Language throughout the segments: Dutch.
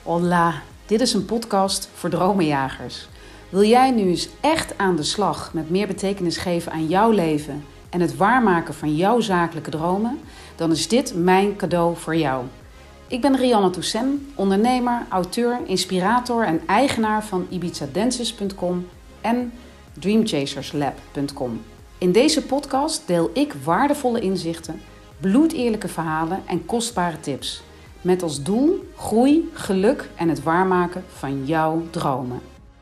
Hola, dit is een podcast voor dromenjagers. Wil jij nu eens echt aan de slag met meer betekenis geven aan jouw leven en het waarmaken van jouw zakelijke dromen? Dan is dit mijn cadeau voor jou. Ik ben Rianne Toussaint, ondernemer, auteur, inspirator en eigenaar van ibizadances.com en dreamchaserslab.com. In deze podcast deel ik waardevolle inzichten, bloedeerlijke verhalen en kostbare tips. Met als doel groei, geluk en het waarmaken van jouw dromen.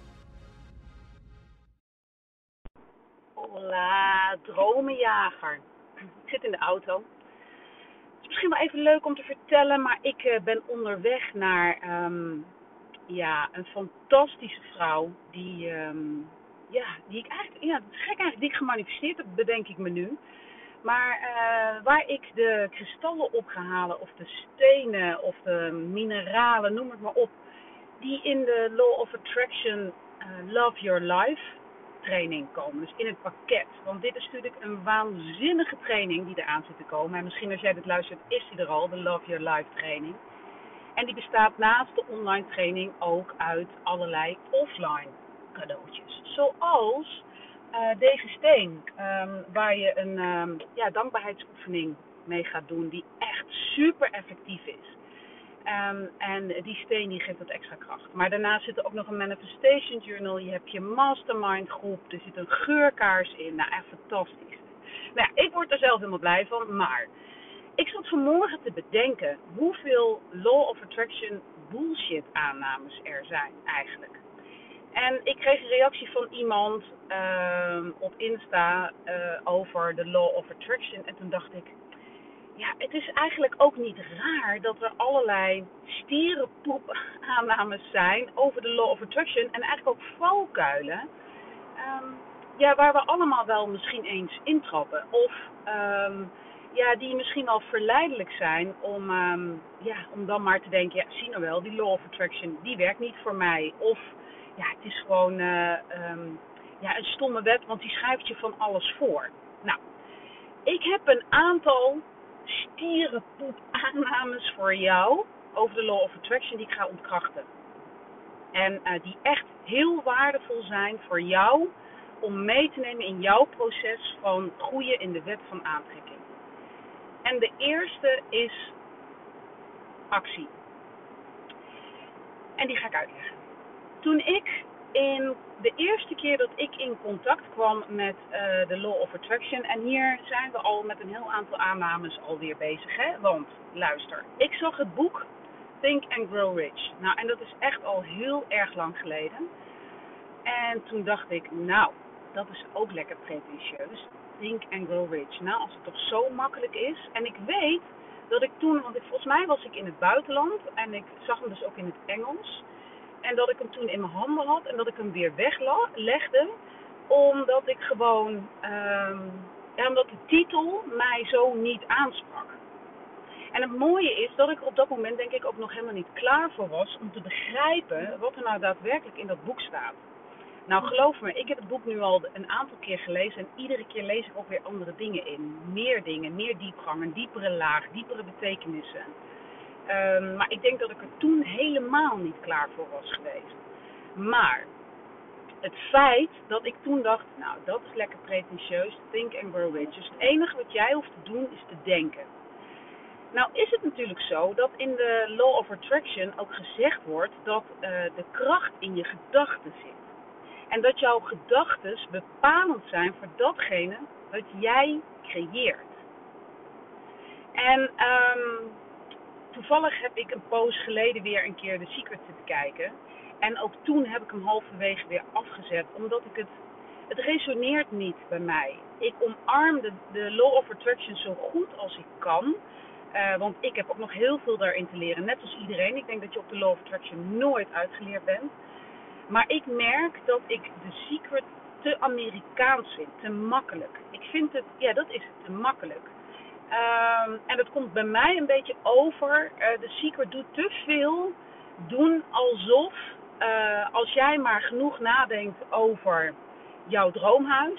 Hola, dromenjager. Ik zit in de auto. Het is misschien wel even leuk om te vertellen, maar ik ben onderweg naar een fantastische vrouw die ik eigenlijk, het is gek eigenlijk, die ik gemanifesteerd heb, bedenk ik me nu. Maar waar ik de kristallen op ga halen, of de stenen, of de mineralen, noem het maar op, die in de Law of Attraction Love Your Life training komen. Dus in het pakket. Want dit is natuurlijk een waanzinnige training die eraan zit te komen. En misschien als jij dit luistert, is die er al, de Love Your Life training. En die bestaat naast de online training ook uit allerlei offline cadeautjes. Zoals deze steen, waar je een dankbaarheidsoefening mee gaat doen, die echt super effectief is. En die steen die geeft wat extra kracht. Maar daarnaast zit er ook nog een manifestation journal. Je hebt je mastermind groep. Er zit een geurkaars in. Nou, echt fantastisch. Nou ja, ik word er zelf helemaal blij van. Maar ik zat vanmorgen te bedenken hoeveel Law of Attraction bullshit aannames er zijn eigenlijk. En ik kreeg een reactie van iemand op Insta over de Law of Attraction. En toen dacht ik, ja, het is eigenlijk ook niet raar dat er allerlei stierenpoep aannames zijn over de Law of Attraction. En eigenlijk ook valkuilen. Waar we allemaal wel misschien eens intrappen. Of die misschien al verleidelijk zijn om dan maar te denken, ja, zie nou wel, die Law of Attraction, die werkt niet voor mij. Of ja, het is gewoon een stomme wet, want die schrijft je van alles voor. Nou, ik heb een aantal stierenpoep aannames voor jou over de Law of Attraction die ik ga ontkrachten. En die echt heel waardevol zijn voor jou om mee te nemen in jouw proces van groeien in de wet van aantrekking. En de eerste is actie. En die ga ik uitleggen. Toen ik de eerste keer dat ik in contact kwam met de Law of Attraction, en hier zijn we al met een heel aantal aannames alweer bezig, hè? Want luister, ik zag het boek Think and Grow Rich. Nou, en dat is echt al heel erg lang geleden. En toen dacht ik, nou, dat is ook lekker pretentieus. Think and Grow Rich. Nou, als het toch zo makkelijk is. En ik weet dat ik toen, want volgens mij was ik in het buitenland en ik zag hem dus ook in het Engels. En dat ik hem toen in mijn handen had en dat ik hem weer weglegde. Omdat ik gewoon, omdat de titel mij zo niet aansprak. En het mooie is dat ik op dat moment denk ik ook nog helemaal niet klaar voor was om te begrijpen wat er nou daadwerkelijk in dat boek staat. Nou, geloof me, ik heb het boek nu al een aantal keer gelezen en iedere keer lees ik ook weer andere dingen in. Meer dingen, meer diepgang, een diepere laag, diepere betekenissen. Maar ik denk dat ik er toen helemaal niet klaar voor was geweest. Maar het feit dat ik toen dacht, nou, dat is lekker pretentieus, think and grow rich. Dus het enige wat jij hoeft te doen is te denken. Nou is het natuurlijk zo dat in de Law of Attraction ook gezegd wordt dat de kracht in je gedachten zit. En dat jouw gedachten bepalend zijn voor datgene wat jij creëert. En toevallig heb ik een poos geleden weer een keer The Secret zitten kijken. En ook toen heb ik hem halverwege weer afgezet. Omdat ik het resoneert niet bij mij. Ik omarm de Law of Attraction zo goed als ik kan. Want ik heb ook nog heel veel daarin te leren. Net als iedereen. Ik denk dat je op de Law of Attraction nooit uitgeleerd bent. Maar ik merk dat ik The Secret te Amerikaans vind. Te makkelijk. Ik vind het, dat is het, te makkelijk. En dat komt bij mij een beetje over. The Secret doet te veel doen alsof als jij maar genoeg nadenkt over jouw droomhuis,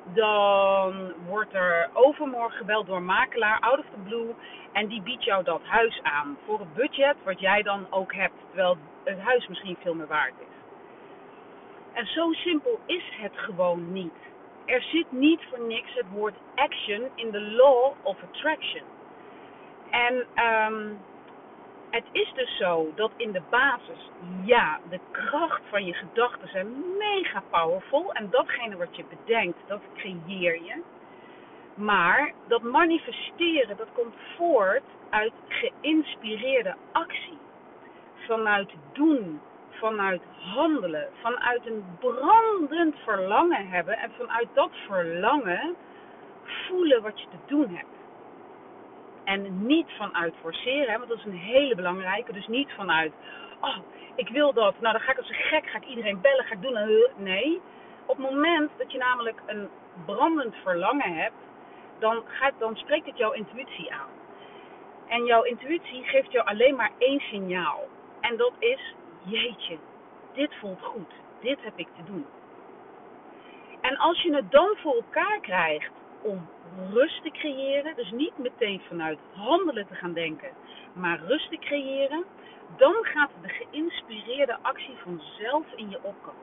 dan wordt er overmorgen gebeld door een makelaar, out of the blue, en die biedt jou dat huis aan voor het budget wat jij dan ook hebt, terwijl het huis misschien veel meer waard is. En zo simpel is het gewoon niet. Er zit niet voor niks het woord action in de law of attraction. En het is dus zo dat in de basis, ja, de kracht van je gedachten zijn mega powerful. En datgene wat je bedenkt, dat creëer je. Maar dat manifesteren, dat komt voort uit geïnspireerde actie. Vanuit doen, vanuit handelen, vanuit een brandend verlangen hebben. En vanuit dat verlangen voelen wat je te doen hebt. En niet vanuit forceren, want dat is een hele belangrijke. Dus niet vanuit, oh, ik wil dat. Nou, dan ga ik als een gek, ga ik iedereen bellen, ga ik doen. Nee, op het moment dat je namelijk een brandend verlangen hebt, dan spreekt het jouw intuïtie aan. En jouw intuïtie geeft jou alleen maar één signaal. En dat is, jeetje, dit voelt goed. Dit heb ik te doen. En als je het dan voor elkaar krijgt om rust te creëren, dus niet meteen vanuit handelen te gaan denken, maar rust te creëren, dan gaat de geïnspireerde actie vanzelf in je opkomen.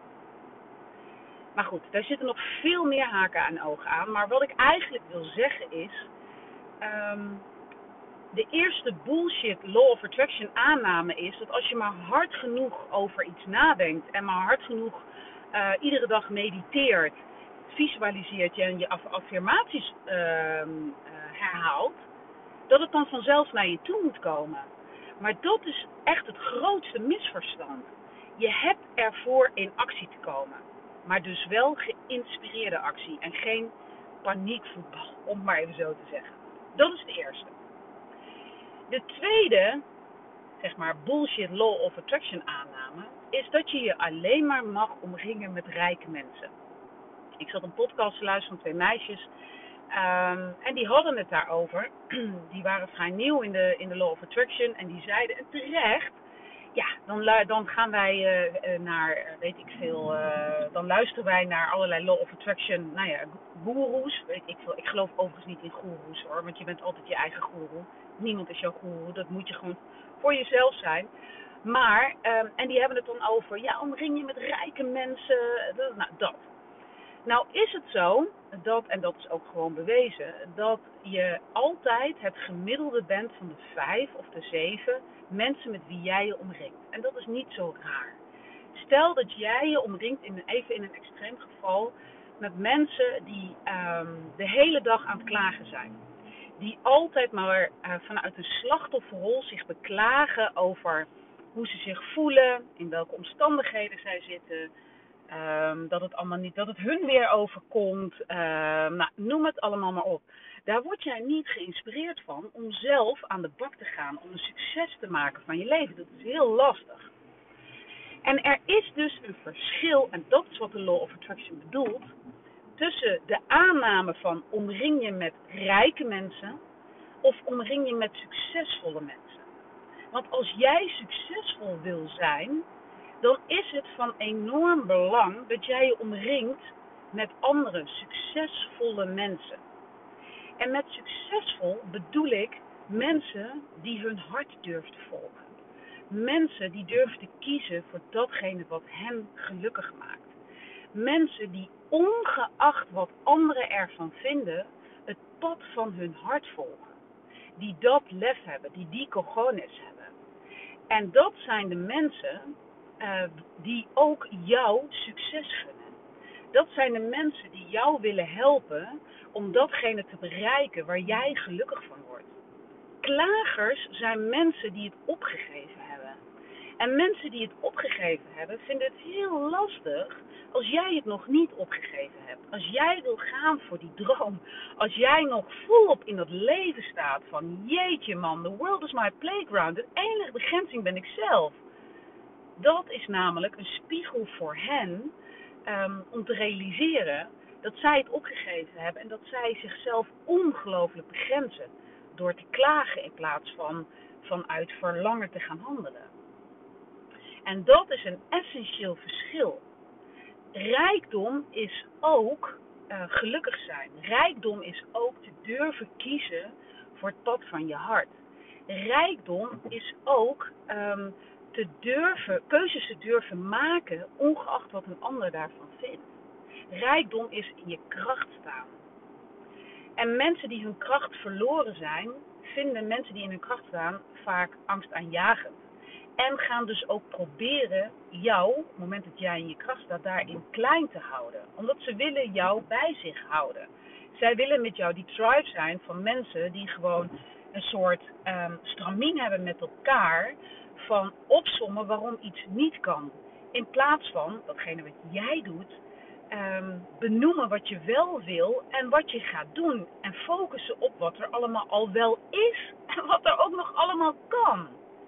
Maar goed, daar zitten nog veel meer haken en ogen aan. Maar wat ik eigenlijk wil zeggen is, de eerste bullshit law of attraction aanname is dat als je maar hard genoeg over iets nadenkt en maar hard genoeg iedere dag mediteert, visualiseert je en je affirmaties herhaalt, dat het dan vanzelf naar je toe moet komen. Maar dat is echt het grootste misverstand. Je hebt ervoor in actie te komen. Maar dus wel geïnspireerde actie en geen paniekvoetbal, om het maar even zo te zeggen. Dat is de eerste. De tweede, zeg maar, bullshit law of attraction aanname, is dat je je alleen maar mag omringen met rijke mensen. Ik zat een podcast te luisteren van 2 meisjes en die hadden het daarover. Die waren vrij nieuw in de law of attraction en die zeiden, en terecht, ja, dan gaan wij naar, weet ik veel, dan luisteren wij naar allerlei law of attraction, nou ja, goeroes, weet ik veel. Ik geloof overigens niet in goeroes hoor, want je bent altijd je eigen goeroe. Niemand is jouw goeroe, dat moet je gewoon voor jezelf zijn. Maar, en die hebben het dan over, ja, omring je met rijke mensen, dat. Nou is het zo, en dat is ook gewoon bewezen, dat je altijd het gemiddelde bent van de 5 of de 7 mensen met wie jij je omringt. En dat is niet zo raar. Stel dat jij je omringt, even in een extreem geval, met mensen die de hele dag aan het klagen zijn. Die altijd maar vanuit een slachtofferrol zich beklagen over hoe ze zich voelen, in welke omstandigheden zij zitten. Dat het allemaal niet, dat het hun weer overkomt. Nou, noem het allemaal maar op. Daar word jij niet geïnspireerd van om zelf aan de bak te gaan, om een succes te maken van je leven. Dat is heel lastig. En er is dus een verschil, en dat is wat de Law of Attraction bedoelt, tussen de aanname van omring je met rijke mensen of omring je met succesvolle mensen. Want als jij succesvol wil zijn, dan is het van enorm belang dat jij je omringt met andere succesvolle mensen. En met succesvol bedoel ik mensen die hun hart durven te volgen. Mensen die durven te kiezen voor datgene wat hen gelukkig maakt. Mensen die ongeacht wat anderen ervan vinden, het pad van hun hart volgen. Die dat lef hebben, die cojones hebben. En dat zijn de mensen die ook jou succes gunnen. Dat zijn de mensen die jou willen helpen om datgene te bereiken waar jij gelukkig van wordt. Klagers zijn mensen die het opgegeven hebben. En mensen die het opgegeven hebben vinden het heel lastig als jij het nog niet opgegeven hebt. Als jij wil gaan voor die droom. Als jij nog volop in dat leven staat van jeetje man, the world is my playground. De enige begrenzing ben ik zelf. Dat is namelijk een spiegel voor hen om te realiseren dat zij het opgegeven hebben en dat zij zichzelf ongelooflijk begrenzen door te klagen in plaats van vanuit verlangen te gaan handelen. En dat is een essentieel verschil. Rijkdom is ook gelukkig zijn. Rijkdom is ook te durven kiezen voor het pad van je hart. Rijkdom is ook keuzes te durven maken, ongeacht wat een ander daarvan vindt. Rijkdom is in je kracht staan. En mensen die hun kracht verloren zijn, vinden mensen die in hun kracht staan vaak angstaanjagend. En gaan dus ook proberen jou, op het moment dat jij in je kracht staat, daarin klein te houden. Omdat ze willen jou bij zich houden. Zij willen met jou die tribe zijn van mensen die gewoon een soort stramien hebben met elkaar van opsommen waarom iets niet kan. In plaats van, datgene wat jij doet, benoemen wat je wel wil en wat je gaat doen. En focussen op wat er allemaal al wel is en wat er ook nog allemaal kan.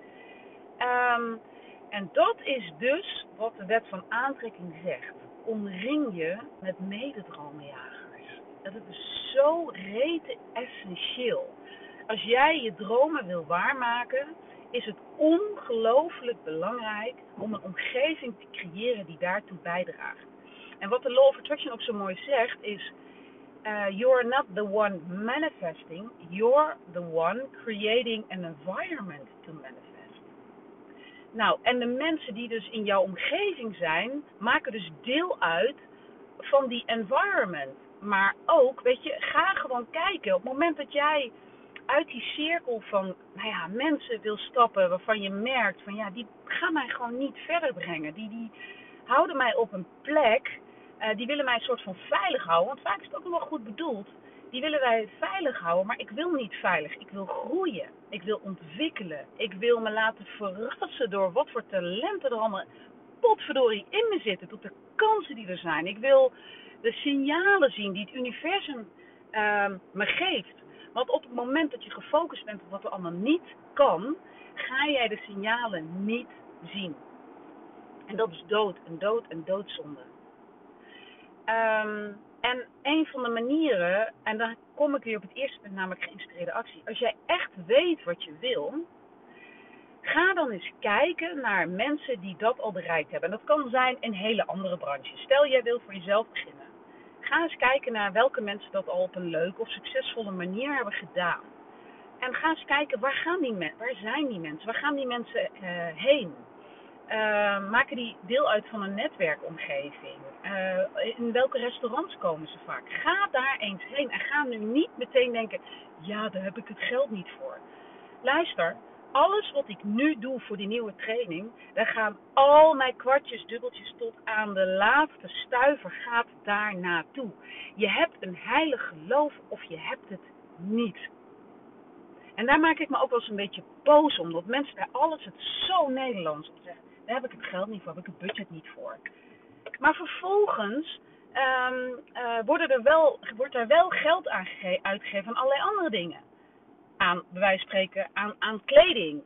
En dat is dus wat de wet van aantrekking zegt. Omring je met mededromenjagers. Dat is zo rete essentieel. Als jij je dromen wil waarmaken, is het ongelooflijk belangrijk om een omgeving te creëren die daartoe bijdraagt. En wat de Law of Attraction ook zo mooi zegt is, you're not the one manifesting, you're the one creating an environment to manifest. Nou, en de mensen die dus in jouw omgeving zijn, maken dus deel uit van die environment. Maar ook, weet je, ga gewoon kijken. Op het moment dat jij uit die cirkel van mensen wil stappen waarvan je merkt van die gaan mij gewoon niet verder brengen. Die houden mij op een plek, die willen mij een soort van veilig houden. Want vaak is het ook nog wel goed bedoeld. Die willen wij veilig houden, maar ik wil niet veilig. Ik wil groeien. Ik wil ontwikkelen. Ik wil me laten verrassen door wat voor talenten er allemaal potverdorie in me zitten. Tot de kansen die er zijn. Ik wil de signalen zien die het universum me geeft. Want op het moment dat je gefocust bent op wat er allemaal niet kan, ga jij de signalen niet zien. En dat is dood en doodzonde. En een van de manieren, en dan kom ik weer op het eerste punt, namelijk geïnspireerde actie. Als jij echt weet wat je wil, ga dan eens kijken naar mensen die dat al bereikt hebben. En dat kan zijn in hele andere branches. Stel, jij wil voor jezelf beginnen. Ga eens kijken naar welke mensen dat al op een leuke of succesvolle manier hebben gedaan. En ga eens kijken, waar zijn die mensen? Waar gaan die mensen heen? Maken die deel uit van een netwerkomgeving? In welke restaurants komen ze vaak? Ga daar eens heen en ga nu niet meteen denken, daar heb ik het geld niet voor. Luister, alles wat ik nu doe voor die nieuwe training, daar gaan al mijn kwartjes, dubbeltjes tot aan de laatste stuiver gaat daar naartoe. Je hebt een heilig geloof of je hebt het niet. En daar maak ik me ook wel eens een beetje boos om, dat mensen daar alles het zo Nederlands op zeggen. Daar heb ik het geld niet voor, heb ik het budget niet voor. Maar vervolgens wordt er wel geld uitgegeven aan allerlei andere dingen. Aan, bij wijze van spreken, aan kleding,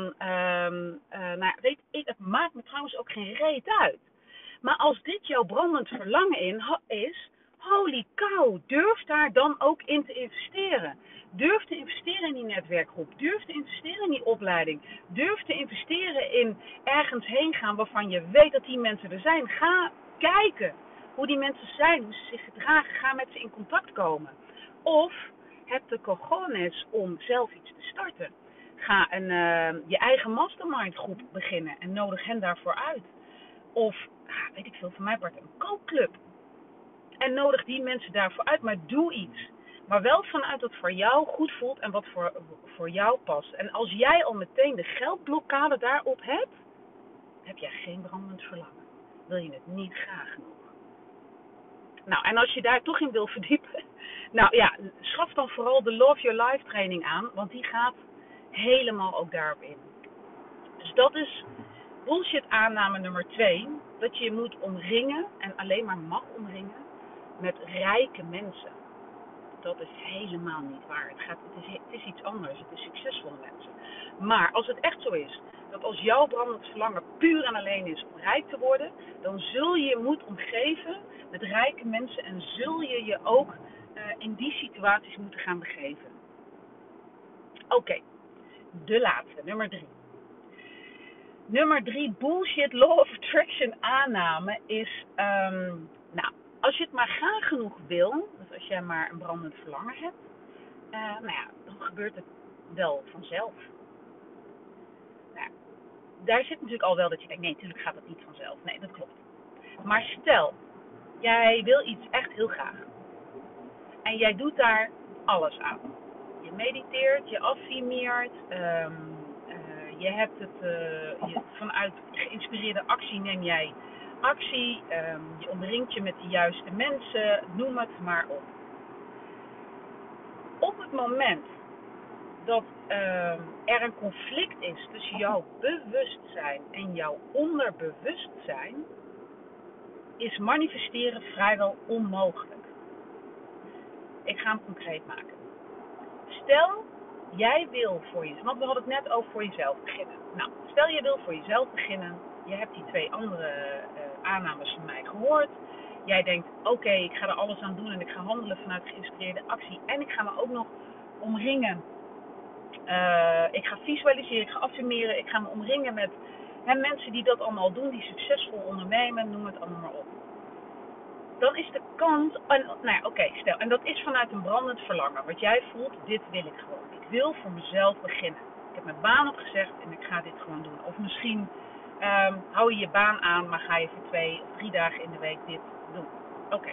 het maakt me trouwens ook geen reet uit. Maar als dit jouw brandend verlangen is, holy cow, durf daar dan ook in te investeren. Durf te investeren in die netwerkgroep. Durf te investeren in die opleiding. Durf te investeren in ergens heen gaan waarvan je weet dat die mensen er zijn. Ga kijken hoe die mensen zijn, hoe ze zich gedragen. Ga met ze in contact komen. Of heb de cojones om zelf iets te starten. Ga je eigen mastermind groep beginnen en nodig hen daarvoor uit. Of, weet ik veel, van mijn part een kookclub. En nodig die mensen daarvoor uit, maar doe iets. Maar wel vanuit wat voor jou goed voelt en wat voor jou past. En als jij al meteen de geldblokkade daarop hebt, heb jij geen brandend verlangen. Wil je het niet graag genoeg. Nou, en als je daar toch in wil verdiepen, schaf dan vooral de Love Your Life training aan, want die gaat helemaal ook daarop in. Dus dat is bullshit aanname nummer 2, dat je je moet omringen en alleen maar mag omringen met rijke mensen. Dat is helemaal niet waar. Het is iets anders. Het is succesvolle mensen. Maar als het echt zo is, dat als jouw brandend verlangen puur en alleen is om rijk te worden, dan zul je je moeten omgeven met rijke mensen en zul je je ook in die situaties moeten gaan begeven. Oké, de laatste, nummer 3. Nummer 3, bullshit law of attraction aanname is, Als je het maar graag genoeg wil, dus als jij maar een brandend verlangen hebt, dan gebeurt het wel vanzelf. Nou, daar zit natuurlijk al wel dat je denkt, nee, natuurlijk gaat dat niet vanzelf. Nee, dat klopt. Maar stel, jij wil iets echt heel graag. En jij doet daar alles aan. Je mediteert, je affirmeert, je hebt het vanuit geïnspireerde actie neem jij actie, je omringt je met de juiste mensen, noem het maar op. Op het moment dat er een conflict is tussen jouw bewustzijn en jouw onderbewustzijn, is manifesteren vrijwel onmogelijk. Ik ga hem concreet maken. Stel, jij wil voor jezelf, want we hadden het net over voor jezelf beginnen. Nou, stel je wil voor jezelf beginnen, je hebt die 2 andere aannames van mij gehoord. Jij denkt, oké, ik ga er alles aan doen en ik ga handelen vanuit geïnspireerde actie. En ik ga me ook nog omringen. Ik ga visualiseren, ik ga affirmeren, ik ga me omringen met mensen die dat allemaal doen, die succesvol ondernemen, noem het allemaal maar op. Dan is de kans, stel, en dat is vanuit een brandend verlangen, wat jij voelt, dit wil ik gewoon. Ik wil voor mezelf beginnen. Ik heb mijn baan opgezegd en ik ga dit gewoon doen. Of misschien hou je je baan aan, maar ga je voor 2 of 3 dagen in de week dit doen. Oké.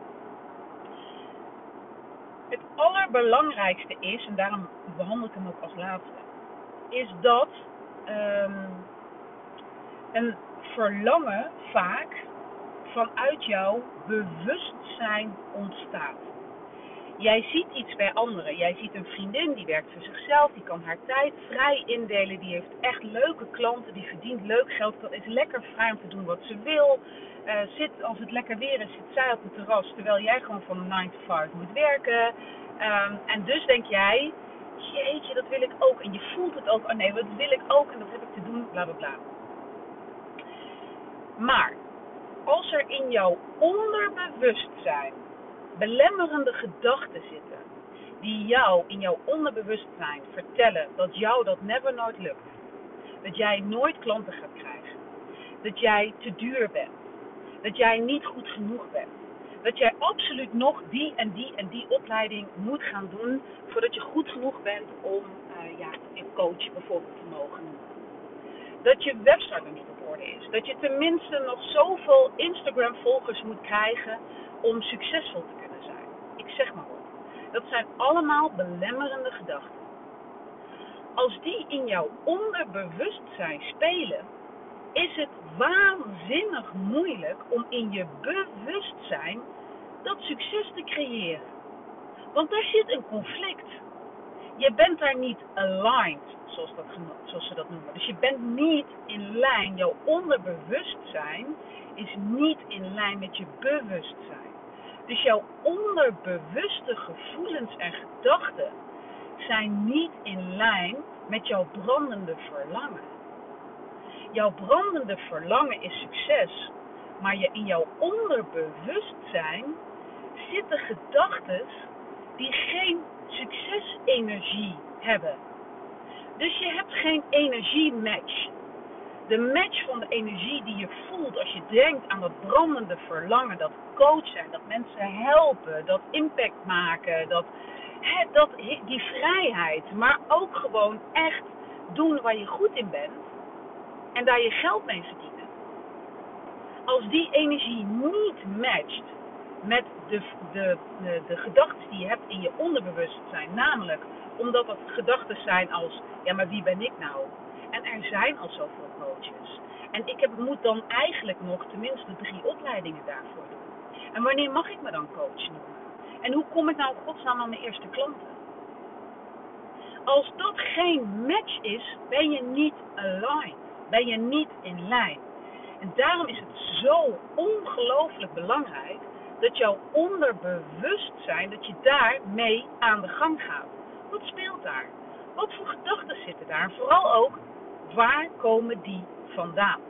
Het allerbelangrijkste is, en daarom behandel ik hem ook als laatste, is dat een verlangen vaak vanuit jouw bewustzijn ontstaat. Jij ziet iets bij anderen. Jij ziet een vriendin die werkt voor zichzelf, die kan haar tijd vrij indelen, die heeft echt leuke klanten, die verdient leuk geld, dat is lekker vrij om te doen wat ze wil. Als het lekker weer is, zit zij op het terras, terwijl jij gewoon van 9 to 5 moet werken. En dus denk jij, jeetje, dat wil ik ook. En je voelt het ook, oh nee, dat wil ik ook en dat heb ik te doen, bla bla bla. Maar als er in jouw onderbewustzijn belemmerende gedachten zitten, die jou in jouw onderbewustzijn vertellen dat jou dat nooit lukt, dat jij nooit klanten gaat krijgen, dat jij te duur bent, dat jij niet goed genoeg bent, dat jij absoluut nog die en die en die opleiding moet gaan doen voordat je goed genoeg bent om een coach bijvoorbeeld te mogen noemen. Dat je website er niet op orde is. Dat je tenminste nog zoveel Instagram volgers moet krijgen om succesvol te kunnen zijn. Ik zeg maar wat. Dat zijn allemaal belemmerende gedachten. Als die in jouw onderbewustzijn spelen, is het waanzinnig moeilijk om in je bewustzijn dat succes te creëren. Want daar zit een conflict. Je bent daar niet aligned, zoals ze dat noemen. Dus je bent niet in lijn. Jouw onderbewustzijn is niet in lijn met je bewustzijn. Dus jouw onderbewuste gevoelens en gedachten zijn niet in lijn met jouw brandende verlangen. Jouw brandende verlangen is succes, maar in jouw onderbewustzijn zitten gedachten die geen succesenergie hebben. Dus je hebt geen energiematch. De match van de energie die je voelt als je denkt aan dat brandende verlangen, dat coach zijn, dat mensen helpen, dat impact maken, die vrijheid, maar ook gewoon echt doen waar je goed in bent en daar je geld mee verdienen. Als die energie niet matcht met de gedachten die je hebt in je onderbewustzijn, namelijk omdat dat gedachten zijn als, ja maar wie ben ik nou? En er zijn al zoveel coaches. En ik moet dan eigenlijk nog tenminste 3 opleidingen daarvoor doen. En wanneer mag ik me dan coach noemen? En hoe kom ik nou in godsnaam aan mijn eerste klanten? Als dat geen match is, ben je niet aligned. Ben je niet in lijn. En daarom is het zo ongelooflijk belangrijk dat jouw onderbewustzijn, dat je daarmee aan de gang gaat. Wat speelt daar? Wat voor gedachten zitten daar? En vooral ook, waar komen die vandaan?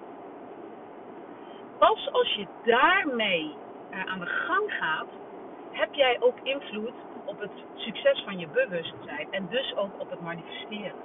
Pas als je daarmee aan de gang gaat, heb jij ook invloed op het succes van je bewustzijn en dus ook op het manifesteren.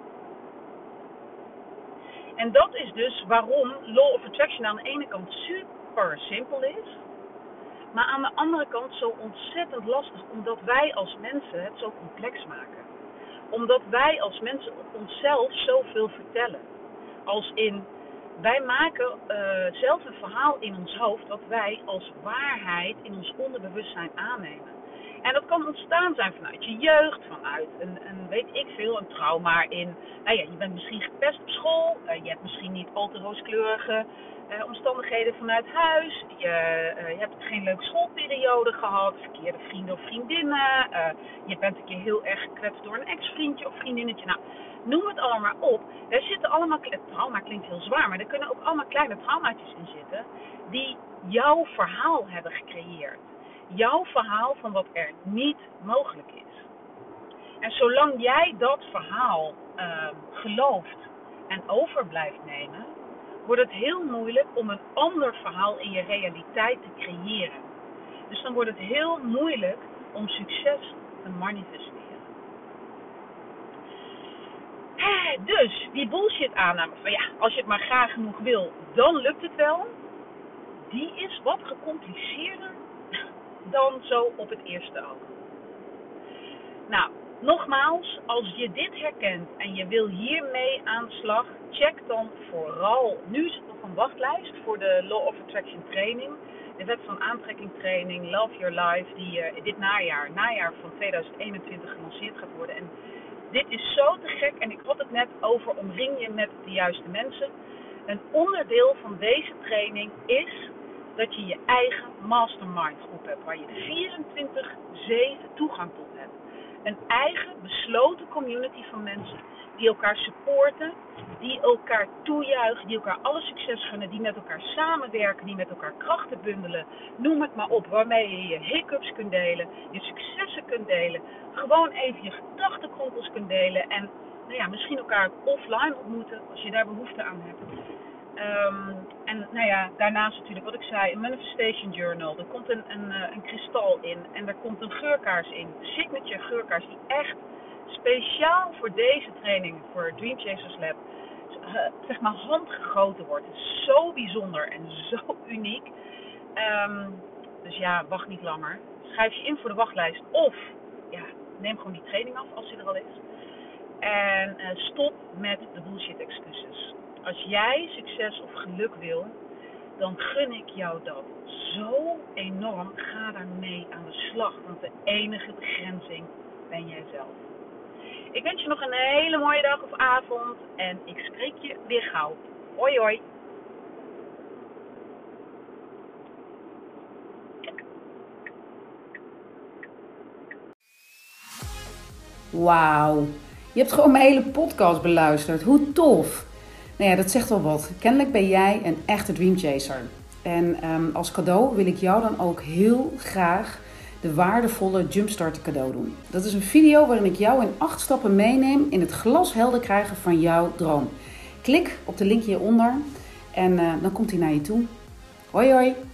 En dat is dus waarom Law of Attraction aan de ene kant super simpel is, Maar aan de andere kant zo ontzettend lastig, omdat wij als mensen het zo complex maken. Omdat wij als mensen onszelf zoveel vertellen. Als in, wij maken zelf een verhaal in ons hoofd wat wij als waarheid in ons onderbewustzijn aannemen. En dat kan ontstaan zijn vanuit je jeugd, vanuit een weet ik veel, een trauma in, nou ja, je bent misschien gepest op school, je hebt misschien niet al te rooskleurige omstandigheden vanuit huis, je hebt geen leuke schoolperiode gehad, verkeerde vrienden of vriendinnen, je bent een keer heel erg gekwetst door een ex-vriendje of vriendinnetje. Nou, noem het allemaal maar op. Daar zitten allemaal, trauma klinkt heel zwaar, maar er kunnen ook allemaal kleine traumaatjes in zitten die jouw verhaal hebben gecreëerd. Jouw verhaal van wat er niet mogelijk is. En zolang jij dat verhaal gelooft en over blijft nemen, wordt het heel moeilijk om een ander verhaal in je realiteit te creëren. Dus dan wordt het heel moeilijk om succes te manifesteren. Dus die bullshit aanname van ja, als je het maar graag genoeg wil, dan lukt het wel. Die is wat gecompliceerder dan zo op het eerste oog. Nou, nogmaals, als je dit herkent en je wil hiermee aan de slag, check dan vooral, nu is het nog een wachtlijst voor de Law of Attraction training, de wet van aantrekking training, Love Your Life, die dit najaar van 2021 gelanceerd gaat worden. En dit is zo te gek en ik had het net over omring je met de juiste mensen. Een onderdeel van deze training is dat je je eigen mastermind groep hebt, waar je 24/7 toegang tot hebt. Een eigen besloten community van mensen die elkaar supporten, die elkaar toejuichen, die elkaar alle succes gunnen, die met elkaar samenwerken, die met elkaar krachten bundelen. Noem het maar op, waarmee je je hiccups kunt delen, je successen kunt delen, gewoon even je gedachtenkronkels kunt delen en nou ja, misschien elkaar offline ontmoeten als je daar behoefte aan hebt. En nou ja, daarnaast natuurlijk wat ik zei, een manifestation journal. Er komt een kristal in en er komt een geurkaars in. Signature geurkaars die echt speciaal voor deze training, voor Dream Chasers Lab, zeg maar handgegoten wordt. Het is zo bijzonder en zo uniek. Dus ja, wacht niet langer. Schrijf je in voor de wachtlijst of ja, neem gewoon die training af als die er al is. En stop met de bullshit excuses. Als jij succes of geluk wil, dan gun ik jou dat zo enorm. Ga daarmee aan de slag, want de enige begrenzing ben jij zelf. Ik wens je nog een hele mooie dag of avond en ik spreek je weer gauw. Hoi hoi. Wauw, je hebt gewoon mijn hele podcast beluisterd. Hoe tof! Nou ja, dat zegt wel wat. Kennelijk ben jij een echte dreamchaser. En als cadeau wil ik jou dan ook heel graag de waardevolle Jumpstart cadeau doen. Dat is een video waarin ik jou in 8 stappen meeneem in het glashelder krijgen van jouw droom. Klik op de link hieronder en dan komt hij naar je toe. Hoi hoi!